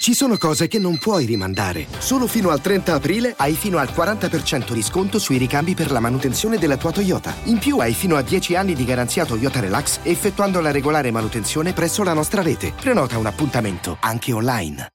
Ci sono cose che non puoi rimandare. Solo fino al 30 aprile hai fino al 40% di sconto sui ricambi per la manutenzione della tua Toyota. In più hai fino a 10 anni di garanzia Toyota Relax effettuando la regolare manutenzione presso la nostra rete. Prenota un appuntamento, anche online.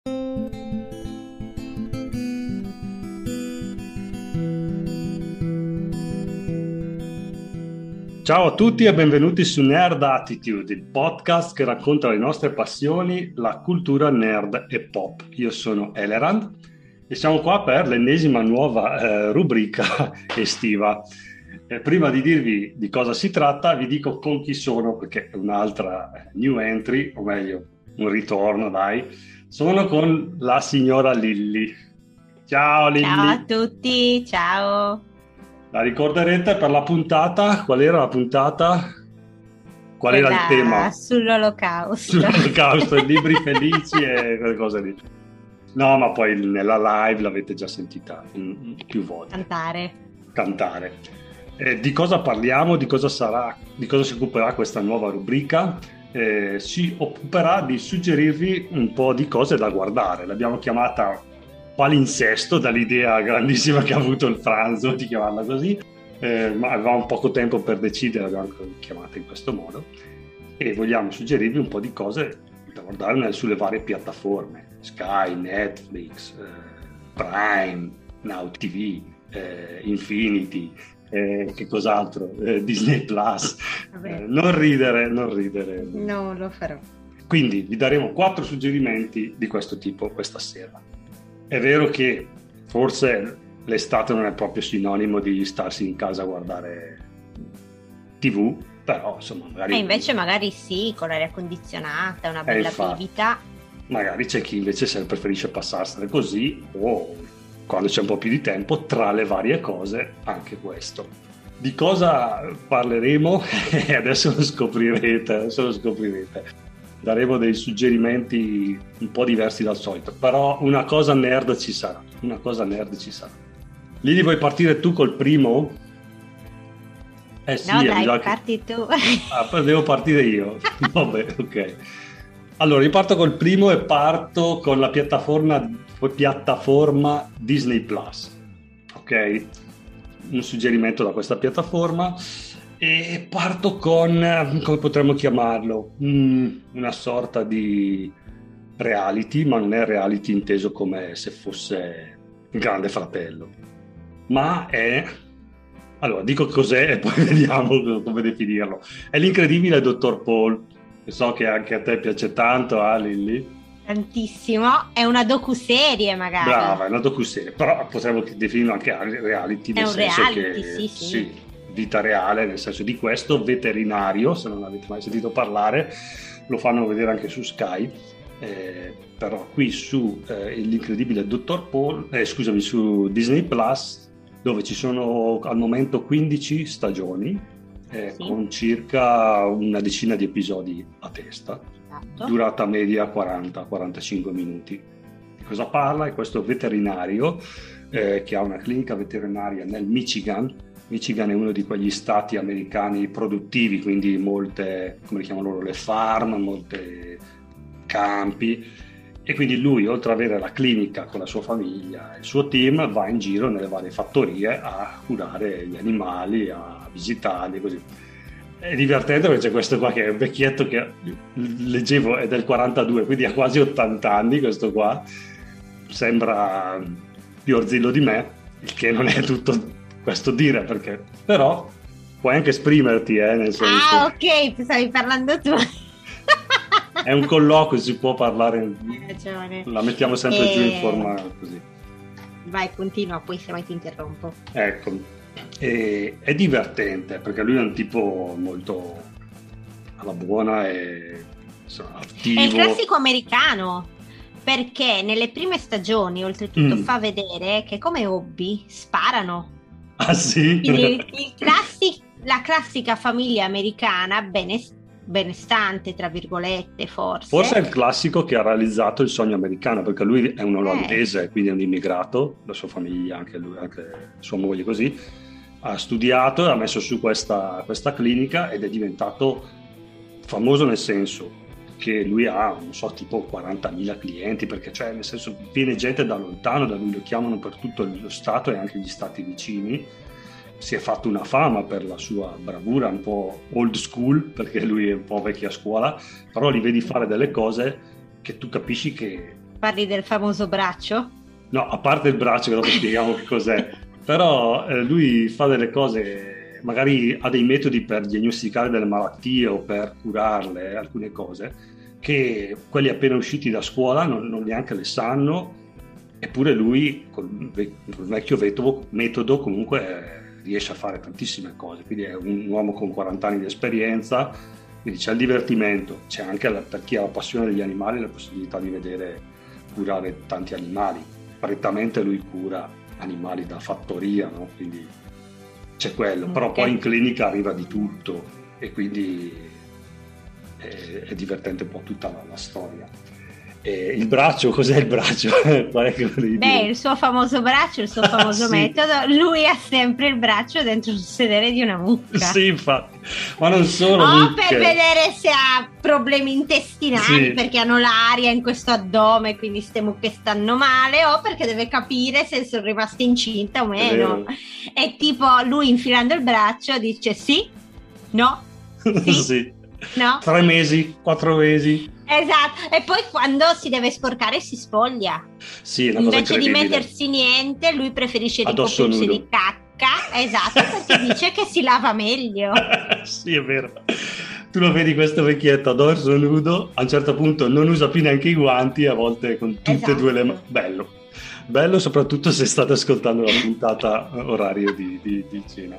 Ciao a tutti e benvenuti su Nerd Attitude, il podcast che racconta le nostre passioni, la cultura nerd e pop. Io sono Elerand e siamo qua per l'ennesima nuova rubrica estiva. Prima di dirvi di cosa si tratta, vi dico con chi sono, perché è un'altra new entry, o meglio, un ritorno, dai. Sono con la signora Lilli. Ciao Lilli. Ciao a tutti, ciao. La ricorderete per la puntata? Qual era la puntata? Qual era il tema? Sull'Olocausto. Sull'Olocausto, i libri felici e quelle cose lì. No, ma poi nella live l'avete già sentita più volte. Cantare. Di cosa parliamo? Di cosa sarà? Di cosa si occuperà questa nuova rubrica? Si occuperà di suggerirvi un po' di cose da guardare. L'abbiamo chiamata palinsesto, dall'idea grandissima che ha avuto il Franzo di chiamarla così, ma avevamo poco tempo per decidere, l'abbiamo chiamata in questo modo e vogliamo suggerirvi un po' di cose da guardare sulle varie piattaforme: Sky, Netflix, Prime, Now TV, Infinity, che cos'altro, Disney Plus. Non ridere. No, lo farò. Quindi vi daremo 4 suggerimenti di questo tipo questa sera. È vero che forse l'estate non è proprio sinonimo di starsi in casa a guardare TV, però insomma magari... invece magari sì, con l'aria condizionata, una bella bibita. Magari c'è chi invece preferisce passarsene così, o quando c'è un po' più di tempo, tra le varie cose, anche questo. Di cosa parleremo? Adesso lo scoprirete. Daremo dei suggerimenti un po' diversi dal solito, però una cosa nerd ci sarà. Lili, vuoi partire tu col primo? Sì, no dai, parti tu. Devo partire io. Vabbè, ok. Allora, io parto col primo e parto con la piattaforma Disney Plus. Ok? Un suggerimento da questa piattaforma. E parto con, come potremmo chiamarlo, una sorta di reality, ma non è reality inteso come se fosse il Grande Fratello, ma è... Allora, dico cos'è e poi vediamo come definirlo. È l'incredibile Dottor Paul, che so che anche a te piace tanto, Lilli? Tantissimo, è una docuserie magari. Brava, è una docuserie, però potremmo definirlo anche reality, nel senso reality, che... sì. Vita reale, nel senso di questo veterinario, se non avete mai sentito parlare, lo fanno vedere anche su Sky, però qui su l'incredibile Dottor Paul, su Disney Plus, dove ci sono al momento 15 stagioni, con circa una decina di episodi a testa, esatto. Durata media 40-45 minuti. Di cosa parla? È questo veterinario che ha una clinica veterinaria nel Michigan. Michigan è uno di quegli stati americani produttivi, quindi molte, come li chiamano loro, le farm, molte campi, e quindi lui, oltre ad avere la clinica con la sua famiglia e il suo team, va in giro nelle varie fattorie a curare gli animali, a visitarli, così. È divertente perché c'è questo qua che è un vecchietto che leggevo è del 42, quindi ha quasi 80 anni questo qua, sembra più orzillo di me, il che non è tutto questo dire, perché però puoi anche esprimerti, nel senso... ok, stavi parlando tu. È un colloquio, si può parlare. Hai ragione. La mettiamo sempre giù in forma così. Vai, continua, poi se mai ti interrompo. Ecco, è divertente perché lui è un tipo molto alla buona e attivo. È il classico americano, perché nelle prime stagioni oltretutto fa vedere che come hobby sparano. Ah sì? La classica famiglia americana benestante, tra virgolette, forse è il classico che ha realizzato il sogno americano, perché lui è un olandese, quindi è un immigrato, la sua famiglia, anche lui, anche sua moglie così, ha studiato e ha messo su questa clinica ed è diventato famoso, nel senso che lui ha, non so, tipo 40.000 clienti, perché cioè nel senso viene gente da lontano, da lui lo chiamano per tutto lo stato e anche gli stati vicini. Si è fatto una fama per la sua bravura, un po' old school, perché lui è un po' vecchia scuola, però li vedi fare delle cose che tu capisci che... Parli del famoso braccio? No, a parte il braccio, che dopo spieghiamo che cos'è, però lui fa delle cose, magari ha dei metodi per diagnosticare delle malattie o per curarle, alcune cose, che quelli appena usciti da scuola non neanche le sanno, eppure lui, col vecchio metodo, comunque riesce a fare tantissime cose. Quindi è un uomo con 40 anni di esperienza, quindi c'è il divertimento, c'è anche per chi ha la passione degli animali la possibilità di vedere curare tanti animali. Prettamente lui cura animali da fattoria, no? Quindi c'è quello, però poi in clinica arriva di tutto e quindi è divertente un po' tutta la storia. E il braccio, cos'è il braccio? Beh, il suo famoso braccio, il suo famoso sì. metodo, lui ha sempre il braccio dentro il sedere di una mucca. Sì, infatti, ma non solo mucche. Per vedere se ha problemi intestinali, sì, perché hanno l'aria in questo addome, quindi ste mucche stanno male, o perché deve capire se sono rimaste incinta o meno. E tipo lui infilando il braccio dice sì, no, sì, sì. No. 3 mesi, 4 mesi. Esatto, e poi quando si deve sporcare si spoglia. Sì, una cosa invece di mettersi niente, lui preferisce ricoprirsi di cacca, esatto, perché dice che si lava meglio. Sì, è vero. Tu lo vedi questo vecchietto a dorso nudo, a un certo punto non usa più neanche i guanti, a volte con tutte e due le mani. Bello soprattutto se state ascoltando la puntata orario di cena.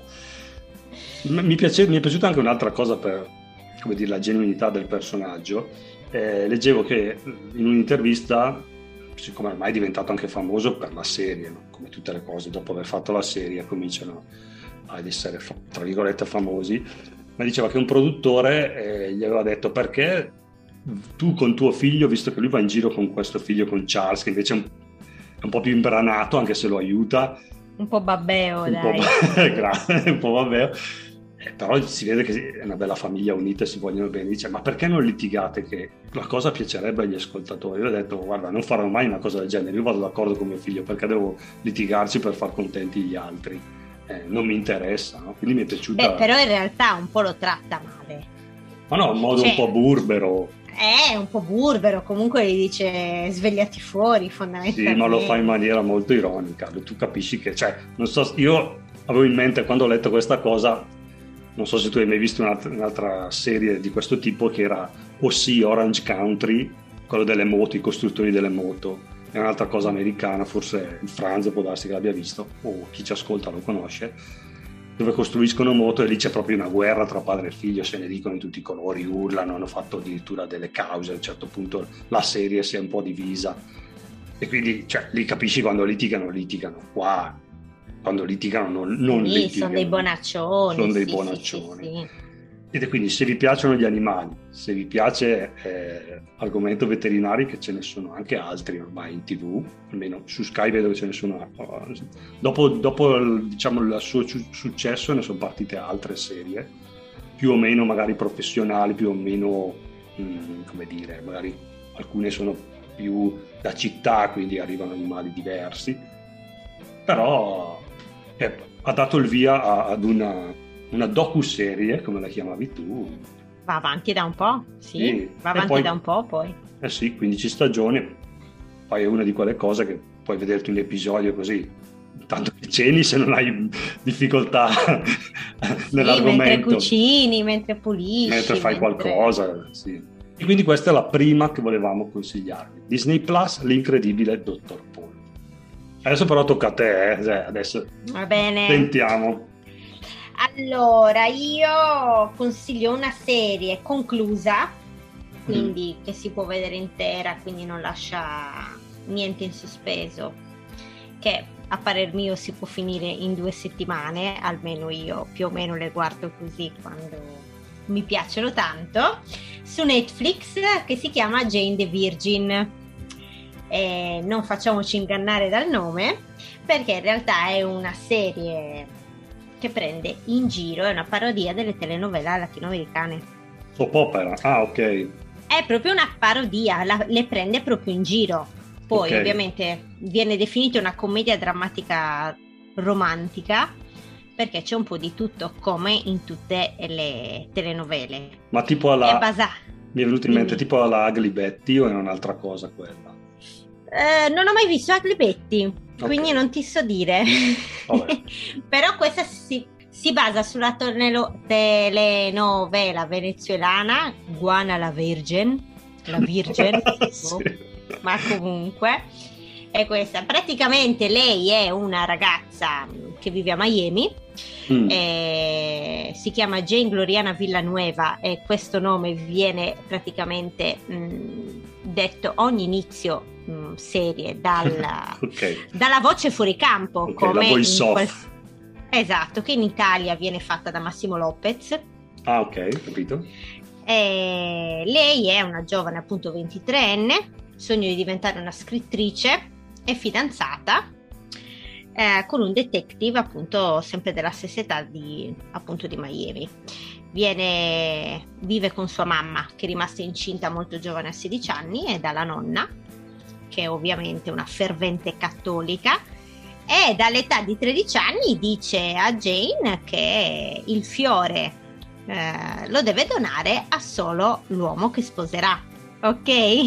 Mi è piaciuta anche un'altra cosa per, come dire, la genuinità del personaggio. Leggevo che in un'intervista, siccome ormai è diventato anche famoso per la serie, no? Come tutte le cose, dopo aver fatto la serie cominciano ad essere tra virgolette famosi, ma diceva che un produttore gli aveva detto: perché tu con tuo figlio, visto che lui va in giro con questo figlio, con Charles, che invece è un po' più imbranato, anche se lo aiuta, un po' babbeo, un po' babbeo, però si vede che è una bella famiglia unita e si vogliono bene. Dice: ma perché non litigate, che la cosa piacerebbe agli ascoltatori? Io ho detto: guarda, non farò mai una cosa del genere, io vado d'accordo con mio figlio, perché devo litigarci per far contenti gli altri? Non mi interessa, no? Quindi mi è piaciuta. Però in realtà un po' lo tratta male, ma no, in modo un po' burbero. Un po' burbero, comunque gli dice svegliati fuori, fondamentalmente. Sì, ma lo fa in maniera molto ironica. Tu capisci che, cioè, non so, io avevo in mente, quando ho letto questa cosa, non so se tu hai mai visto un'altra serie di questo tipo, che era OC, Orange Country, quello delle moto, i costruttori delle moto. È un'altra cosa americana, forse il Franz può darsi che l'abbia visto, o chi ci ascolta lo conosce, dove costruiscono moto e lì c'è proprio una guerra tra padre e figlio, se ne dicono di tutti i colori, urlano, hanno fatto addirittura delle cause, a un certo punto la serie si è un po' divisa. E quindi, cioè, lì capisci quando litigano. Qua quando litigano non litigano. Sono dei bonaccioni. Sono dei bonaccioni. Sì. Ed è quindi, se vi piacciono gli animali, se vi piace argomento veterinari, che ce ne sono anche altri ormai in TV, almeno su Sky vedo che ce ne sono. Dopo diciamo il suo successo ne sono partite altre serie, più o meno magari professionali, più o meno, come dire, magari alcune sono più da città, quindi arrivano animali diversi, però ha dato il via ad una docuserie, come la chiamavi tu. Va avanti da un po', sì. Va avanti poi, da un po' poi. Sì, 15 stagioni, poi è una di quelle cose che puoi vederti un episodio così, tanto che ceni se non hai difficoltà nell'argomento. Mentre cucini, mentre pulisci. Mentre fai qualcosa, sì. E quindi questa è la prima che volevamo consigliarvi. Disney Plus, l'incredibile Dottor Paul. Adesso però tocca a te, adesso va bene. Sentiamo. Allora, io consiglio una serie conclusa, quindi che si può vedere intera, quindi non lascia niente in sospeso, che a parer mio si può finire in 2 settimane, almeno io più o meno le guardo così quando mi piacciono tanto, su Netflix, che si chiama Jane the Virgin. Non facciamoci ingannare dal nome, perché in realtà è una serie che prende in giro, è una parodia delle telenovela latinoamericane. Soap opera, ok. È proprio una parodia, le prende proprio in giro. Poi ovviamente viene definita una commedia drammatica romantica, perché c'è un po' di tutto, come in tutte le telenovele. Ma tipo mi è venuto in mente tipo alla Ugly Betty, o è un'altra cosa quella? Non ho mai visto Ugly Betty, quindi non ti so dire. Però questa si basa sulla telenovela venezuelana Juana la Virgen, sì. Ma comunque è questa. Praticamente lei è una ragazza che vive a Miami, si chiama Jane Gloriana Villanueva, e questo nome viene praticamente detto ogni inizio serie dalla voce fuori campo, come la voice off. Esatto, che in Italia viene fatta da Massimo Lopez. Ah, ok, capito. Lei è una giovane, appunto 23enne, sogno di diventare una scrittrice, è fidanzata con un detective, appunto sempre della stessa età di Miami. Vive con sua mamma, che è rimasta incinta molto giovane, a 16 anni, e dalla nonna, che è ovviamente una fervente cattolica. E dall'età di 13 anni dice a Jane che il fiore lo deve donare a solo l'uomo che sposerà. Ok?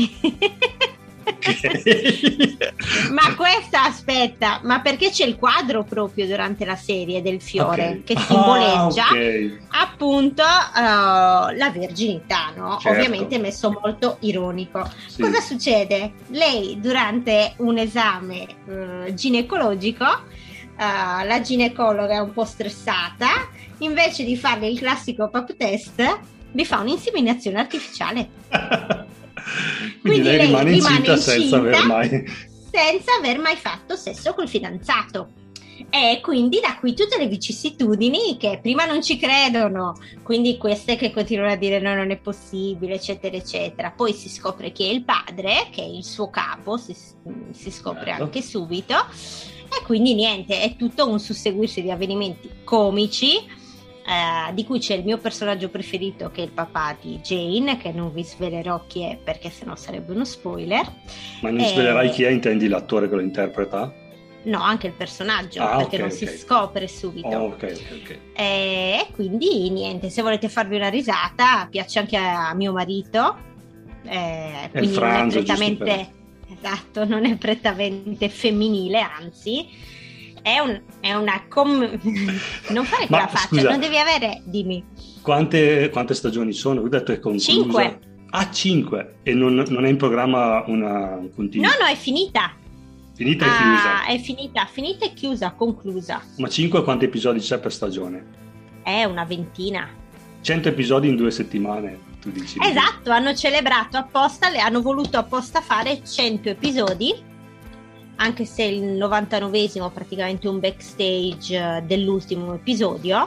Ma perché c'è il quadro proprio durante la serie del fiore che simboleggia appunto la verginità, no? Certo. Ovviamente messo molto ironico. Sì. Cosa succede? Lei durante un esame ginecologico, la ginecologa è un po' stressata, invece di farle il classico pap test, vi fa un'inseminazione artificiale. Quindi lei rimane incinta senza aver mai fatto sesso col fidanzato. E quindi da qui tutte le vicissitudini che prima non ci credono, quindi queste che continuano a dire no, non è possibile, eccetera eccetera. Poi si scopre chi è il padre, che è il suo capo, si scopre anche subito, e quindi niente, è tutto un susseguirsi di avvenimenti comici, di cui c'è il mio personaggio preferito, che è il papà di Jane, che non vi svelerò chi è perché sennò sarebbe uno spoiler. Ma non svelerai chi è, intendi l'attore che lo interpreta? No, anche il personaggio, perché non si scopre subito. Ok. E quindi niente, se volete farvi una risata, piace anche a mio marito, quindi Franzo, non è prettamente femminile, anzi non fare quella faccia, scusa, non devi avere, dimmi. Quante stagioni sono? Ho detto è conclusa. 5. 5, e non è in programma una continua? No, è finita. Finita e chiusa? È finita e chiusa, conclusa. Ma 5 quanti episodi c'è per stagione? Una ventina. 100 episodi in 2 settimane, tu dici? Esatto, hanno celebrato apposta, hanno voluto apposta fare 100 episodi, anche se il 99esimo praticamente un backstage dell'ultimo episodio,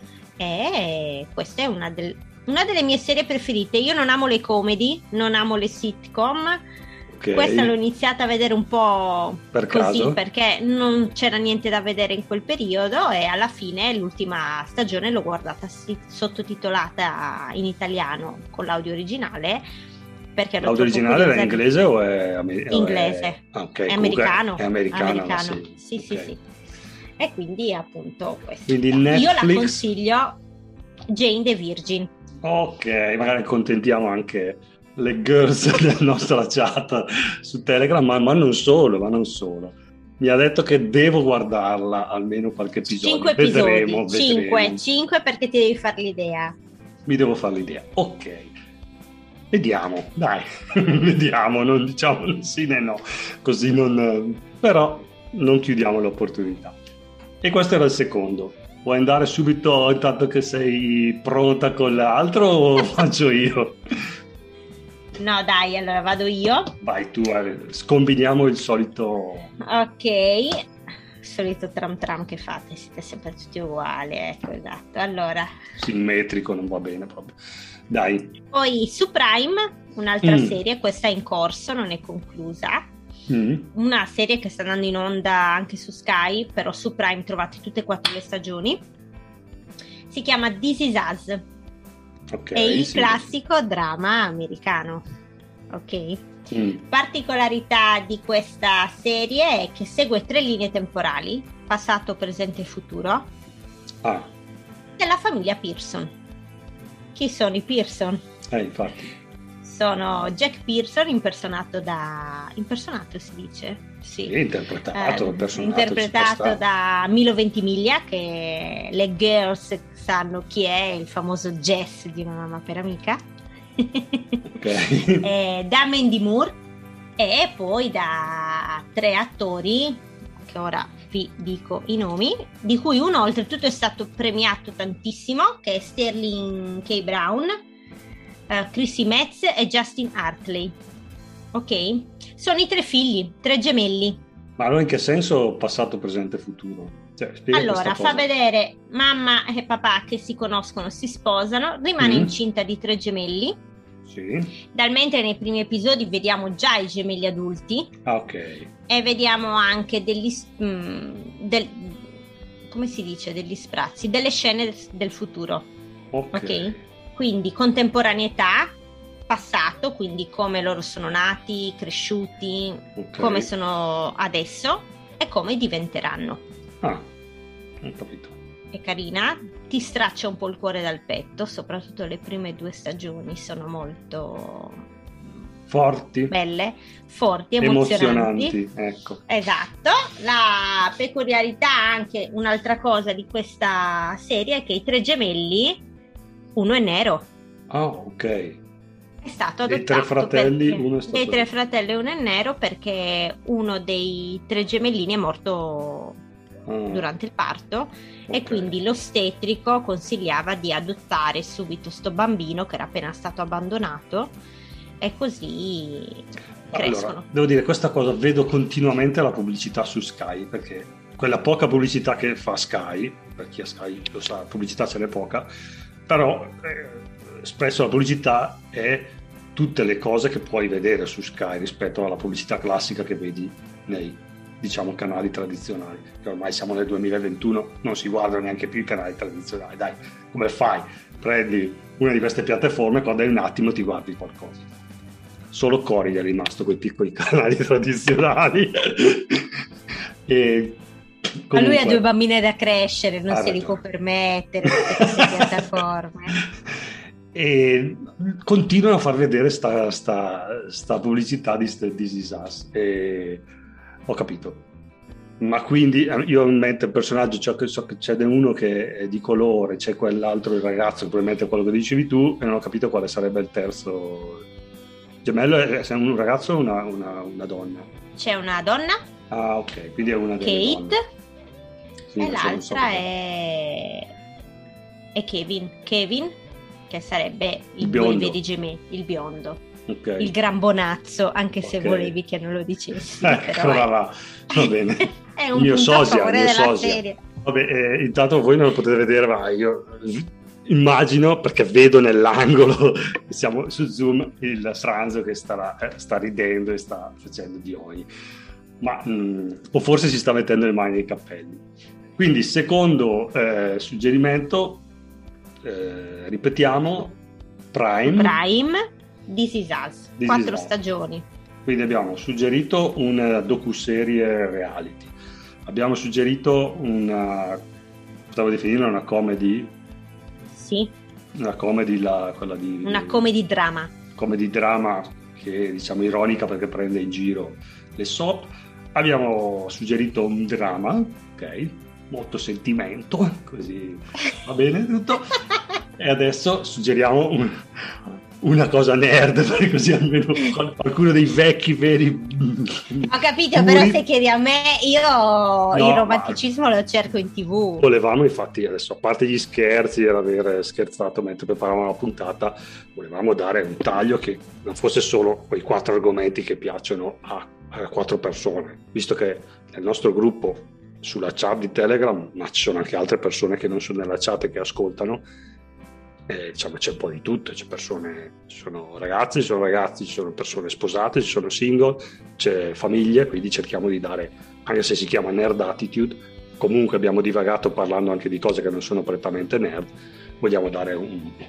e questa è una delle mie serie preferite. Io non amo le comedy, non amo le sitcom. Questa l'ho iniziata a vedere un po' per così caso, perché non c'era niente da vedere in quel periodo, e alla fine l'ultima stagione l'ho guardata sottotitolata in italiano con l'audio originale, perché l'audio originale era inglese o è inglese? È americano. È americano. Sì. E quindi appunto questo. Quindi Netflix... Io la consiglio, Jane the Virgin. Ok, magari accontentiamo anche le girls della nostra chat su Telegram, ma non solo. Mi ha detto che devo guardarla almeno qualche episodio. 5 episodi. Vedremo. 5 perché ti devi fare l'idea. Mi devo fare l'idea, ok. Vediamo, dai, vediamo, non diciamo sì né no, così però non chiudiamo l'opportunità. E questo era il secondo. Vuoi andare subito intanto che sei pronta con l'altro o faccio io? No, dai, allora vado io. Vai tu, scombiniamo il solito... Ok, il solito tram che fate, siete sempre tutti uguali, ecco, esatto. Allora... simmetrico, non va bene proprio. Dai. Poi su Prime, un'altra serie, questa è in corso, non è conclusa. Una serie che sta andando in onda anche su Sky, però su Prime trovate tutte e 4 le stagioni. Si chiama This Is Us. è il classico dramma americano, ok? Particolarità di questa serie è che segue 3 linee temporali, passato, presente e futuro, della famiglia Pearson. Chi sono i Pearson? Infatti. Sono Jack Pearson, impersonato si dice? Sì. Interpretato da Milo Ventimiglia, che le girls sanno chi è, il famoso Jess di Una mamma per amica. Da Mandy Moore, e poi da 3 attori che ora vi dico i nomi, di cui uno oltretutto è stato premiato tantissimo, che è Sterling K. Brown, Chrissy Metz e Justin Hartley. Ok? Sono i 3 figli, 3 gemelli. Ma allora in che senso passato, presente e futuro? Allora, fa vedere mamma e papà che si conoscono, si sposano, rimane incinta di 3 gemelli. Sì. Mentre nei primi episodi vediamo già i gemelli adulti. Ok. E vediamo anche degli come si dice? Degli sprazzi, delle scene del futuro. Ok? Quindi contemporaneità, passato, quindi come loro sono nati, cresciuti, come sono adesso e come diventeranno. Ho capito. È carina, ti straccia un po' il cuore dal petto, soprattutto le prime 2 stagioni sono molto forti, belle, forti, emozionanti. Ecco. Esatto. La peculiarità, anche un'altra cosa di questa serie, è che i 3 gemelli, uno è nero. Ok. È stato adottato. Dei 3 fratelli, uno è stato. Dei 3 fratelli, uno è nero, perché uno dei 3 gemellini è morto durante il parto, e quindi l'ostetrico consigliava di adottare subito sto bambino che era appena stato abbandonato, e così crescono. Allora, devo dire, questa cosa vedo continuamente la pubblicità su Sky, perché quella poca pubblicità che fa Sky, per chi ha Sky lo sa, pubblicità ce n'è poca, però spesso la pubblicità è tutte le cose che puoi vedere su Sky rispetto alla pubblicità classica che vedi nei, diciamo, canali tradizionali, che ormai siamo nel 2021, non si guardano neanche più i canali tradizionali. Dai, come fai? Prendi una di queste piattaforme, quando hai un attimo ti guardi qualcosa. Solo Cori è rimasto quei piccoli canali tradizionali. E comunque, ma lui ha 2 bambine da crescere, non se li può permettere queste piattaforme. E continuano a far vedere sta pubblicità di This Is Us. E ho capito, ma quindi io ho in mente il personaggio, so che c'è uno che è di colore, c'è quell'altro, il ragazzo, probabilmente quello che dicevi tu, e non ho capito quale sarebbe il terzo gemello. È un ragazzo o una donna? C'è una donna, ok, quindi è una delle Kate, donne. Sì, e l'altra è Kevin, che sarebbe il biondo di gemelli, il biondo. Il gran bonazzo, anche se volevi che non lo dicessi. Però va bene. È un punto a favore della serie. Vabbè, intanto voi non lo potete vedere, ma io immagino, perché vedo nell'angolo, siamo su Zoom, il Franzo che sta ridendo e sta facendo di ogni, ma o forse si sta mettendo le mani nei capelli. Quindi, secondo suggerimento, ripetiamo, Prime, This Is Us, 4 stagioni. Quindi abbiamo suggerito una docuserie reality, abbiamo suggerito stavo definendo una comedy. Sì. Una comedy, una comedy drama. Comedy drama che, diciamo, ironica, perché prende in giro le soap. Abbiamo suggerito un drama, ok, molto sentimento, così va bene tutto. E adesso suggeriamo una cosa nerd, perché così almeno qualcuno dei vecchi veri. Ho capito, però se chiedi a me, io il romanticismo lo cerco in TV. Volevamo, infatti, adesso, a parte gli scherzi e l'aver scherzato mentre preparavamo la puntata, volevamo dare un taglio che non fosse solo quei 4 argomenti che piacciono a 4 persone, visto che nel nostro gruppo sulla chat di Telegram, ma ci sono anche altre persone che non sono nella chat e che ascoltano. Diciamo, c'è un po' di tutto, ci sono ragazzi, ci sono persone sposate, ci sono single, c'è famiglie, quindi cerchiamo di dare, anche se si chiama Nerd Attitude, comunque abbiamo divagato parlando anche di cose che non sono prettamente nerd, vogliamo dare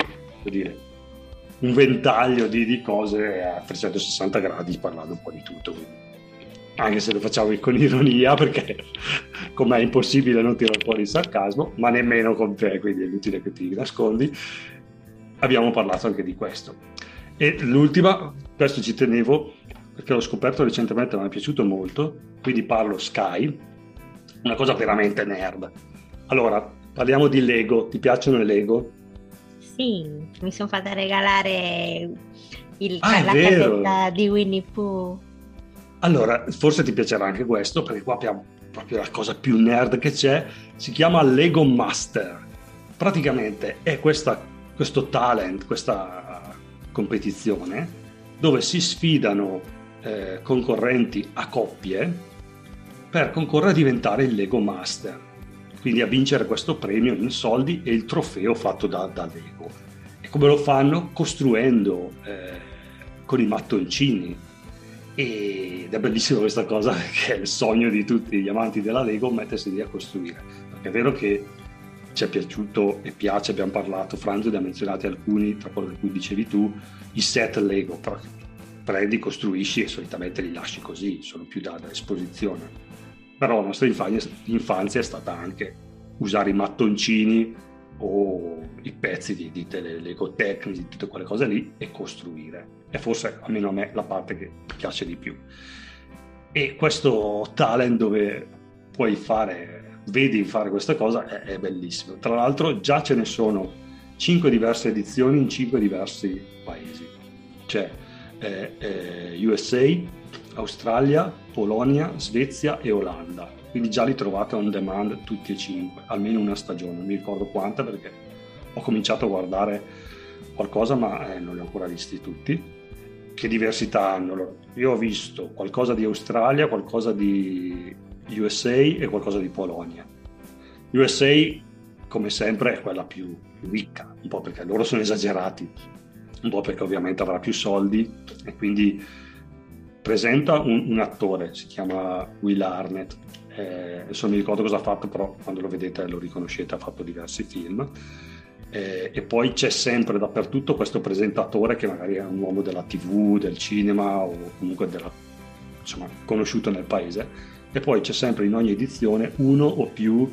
dire, un ventaglio di cose a 360 gradi, parlando un po' di tutto, quindi. Anche se lo facciamo con ironia, perché con me è impossibile non tirare fuori il sarcasmo, ma nemmeno con te, quindi è inutile che ti nascondi. Abbiamo parlato anche di questo. E l'ultima, questo ci tenevo perché l'ho scoperto recentemente, mi è piaciuto molto, quindi parlo Sky, una cosa veramente nerd. Allora, parliamo di Lego. Ti piacciono le Lego? Sì, mi sono fatta regalare la casetta di Winnie Pooh. Allora, forse ti piacerà anche questo, perché qua abbiamo proprio la cosa più nerd che c'è. Si chiama Lego Master. Praticamente è questo talent, questa competizione, dove si sfidano concorrenti a coppie per concorrere a diventare il Lego Master. Quindi a vincere questo premio in soldi e il trofeo fatto da Lego. E come lo fanno? Costruendo con i mattoncini. Ed è bellissima questa cosa, che è il sogno di tutti gli amanti della Lego, mettersi lì a costruire. Perché è vero che ci è piaciuto e piace, abbiamo parlato, Franzo ne ha menzionati alcuni, tra quello che tu dicevi tu, i set Lego, però prendi, costruisci e solitamente li lasci così, sono più da esposizione. Però la nostra infanzia è stata anche usare i mattoncini o i pezzi di Lego Technics, di tutte quelle cose lì, e costruire. E forse, almeno a me, la parte che piace di più. E questo talent dove vedi fare questa cosa è bellissimo. Tra l'altro già ce ne sono 5 diverse edizioni in 5 diversi paesi. C'è USA, Australia, Polonia, Svezia e Olanda. Quindi già li trovate on demand tutti e 5, almeno una stagione, non mi ricordo quanta perché ho cominciato a guardare qualcosa ma non li ho ancora visti tutti. Che diversità hanno? Io ho visto qualcosa di Australia, qualcosa di USA e qualcosa di Polonia. USA, come sempre, è quella più ricca, un po' perché loro sono esagerati, un po' perché ovviamente avrà più soldi e quindi presenta un attore, si chiama Will Arnett, adesso non mi ricordo cosa ha fatto, però quando lo vedete lo riconoscete, ha fatto diversi film. E poi c'è sempre dappertutto questo presentatore che magari è un uomo della TV, del cinema o comunque conosciuto nel paese, e poi c'è sempre in ogni edizione uno o più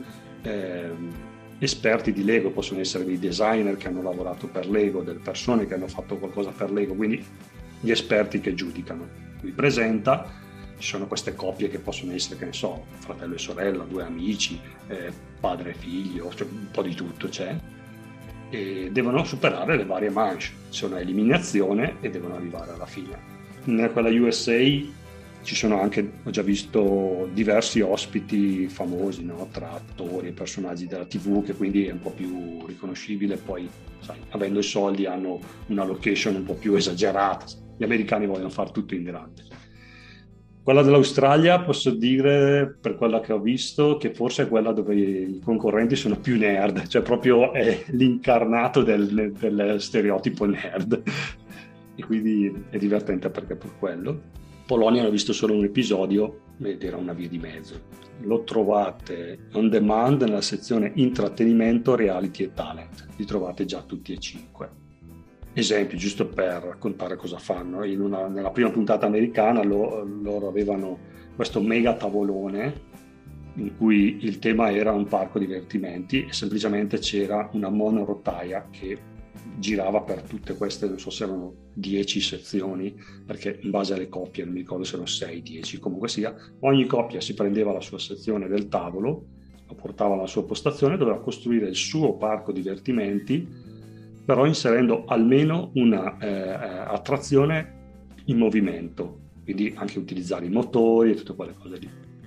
esperti di Lego, possono essere dei designer che hanno lavorato per Lego, delle persone che hanno fatto qualcosa per Lego, quindi gli esperti che giudicano. Lui presenta, ci sono queste coppie che possono essere, che ne so, fratello e sorella, due amici, padre e figlio, cioè un po' di tutto c'è, e devono superare le varie manche, c'è una eliminazione e devono arrivare alla fine. In quella USA ci sono anche, ho già visto diversi ospiti famosi, no? Tra attori e personaggi della TV, che quindi è un po' più riconoscibile, poi sai, avendo i soldi hanno una location un po' più esagerata, gli americani vogliono fare tutto in grande. Quella dell'Australia posso dire, per quella che ho visto, che forse è quella dove i concorrenti sono più nerd, cioè proprio è l'incarnato del stereotipo nerd, e quindi è divertente perché per quello. Polonia ho visto solo un episodio ed era una via di mezzo. Lo trovate on demand nella sezione intrattenimento, reality e talent, li trovate già tutti e 5. Esempi, giusto per raccontare cosa fanno. Nella prima puntata americana loro avevano questo mega tavolone in cui il tema era un parco divertimenti e semplicemente c'era una monorotaia che girava per tutte queste, non so se erano 10 sezioni, perché in base alle coppie, non mi ricordo se erano 6, 10, comunque sia, ogni coppia si prendeva la sua sezione del tavolo, lo portava alla sua postazione, doveva costruire il suo parco divertimenti, però inserendo almeno una attrazione in movimento, quindi anche utilizzare i motori e tutte quelle cose lì.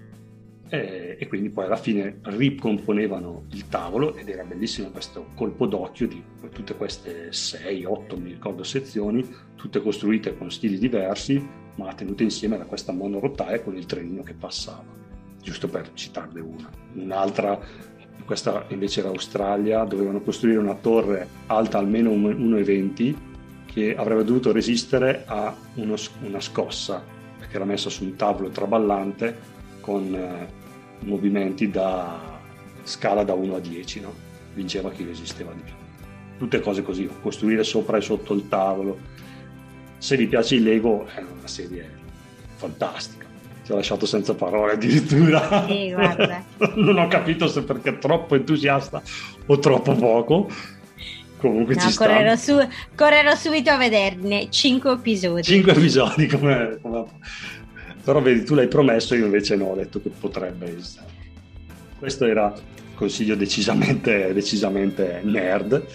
E quindi poi alla fine ricomponevano il tavolo ed era bellissimo questo colpo d'occhio di tutte queste 6, 8, mi ricordo, sezioni, tutte costruite con stili diversi, ma tenute insieme da questa monorotaia con il trenino che passava, giusto per citarne una. Un'altra, questa invece era Australia, dovevano costruire una torre alta almeno 1,20 che avrebbe dovuto resistere a una scossa, perché era messa su un tavolo traballante con movimenti da scala da 1 a 10, no? Vinceva chi resisteva di più. tutte cose così, costruire sopra e sotto il tavolo. Se vi piace il Lego è una serie fantastica, ti ho lasciato senza parole addirittura. Sì, guarda. Non ho capito se perché è troppo entusiasta o troppo poco. Comunque ci sta. Correrò subito a vederne 5 episodi. 5 episodi, come... Però vedi, tu l'hai promesso, io invece no, ho detto che potrebbe essere. Questo era consiglio decisamente nerd,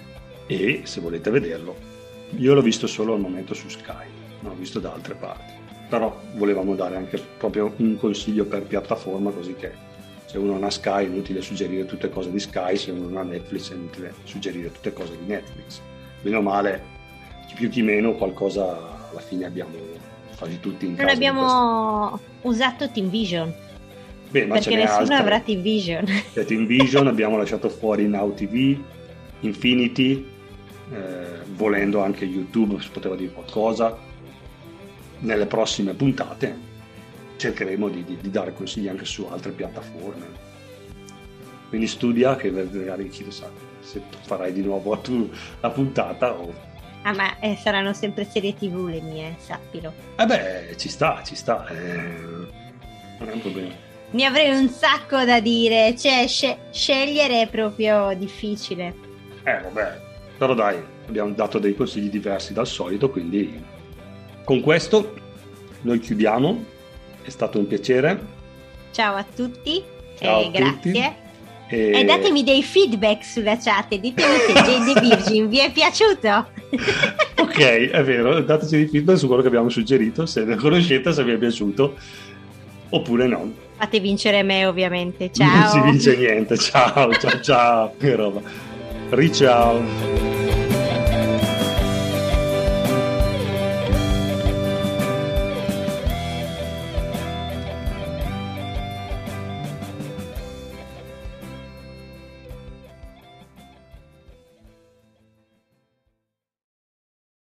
e se volete vederlo, io l'ho visto solo al momento su Sky, non l'ho visto da altre parti, però volevamo dare anche proprio un consiglio per piattaforma, così che se uno non ha Sky è inutile suggerire tutte cose di Sky, se uno non ha Netflix è inutile suggerire tutte cose di Netflix. Meno male, chi più chi meno, qualcosa alla fine abbiamo quasi tutti in casa. Non abbiamo usato Team Vision. Beh, ma perché nessuno avrà Team Vision. Team Vision, abbiamo lasciato fuori Now TV, Infinity, volendo anche YouTube, si poteva dire qualcosa. Nelle prossime puntate cercheremo di dare consigli anche su altre piattaforme. Quindi studia, che magari chi lo sa, se farai di nuovo tu la puntata o... ma saranno sempre serie TV le mie, sappilo. Ci sta, non è un problema. Ne avrei un sacco da dire, cioè scegliere è proprio difficile. Vabbè, però dai, abbiamo dato dei consigli diversi dal solito, quindi con questo noi chiudiamo, è stato un piacere. Ciao a tutti. Ciao a grazie. Tutti. E datemi dei feedback sulla chat e ditemi se Jane the Virgin vi è piaciuto. Ok, è vero, dateci dei feedback su quello che abbiamo suggerito, se ne conoscete, se vi è piaciuto oppure no. Fate vincere me, ovviamente. Ciao. Non si vince niente. Ciao. Che roba. Ciao.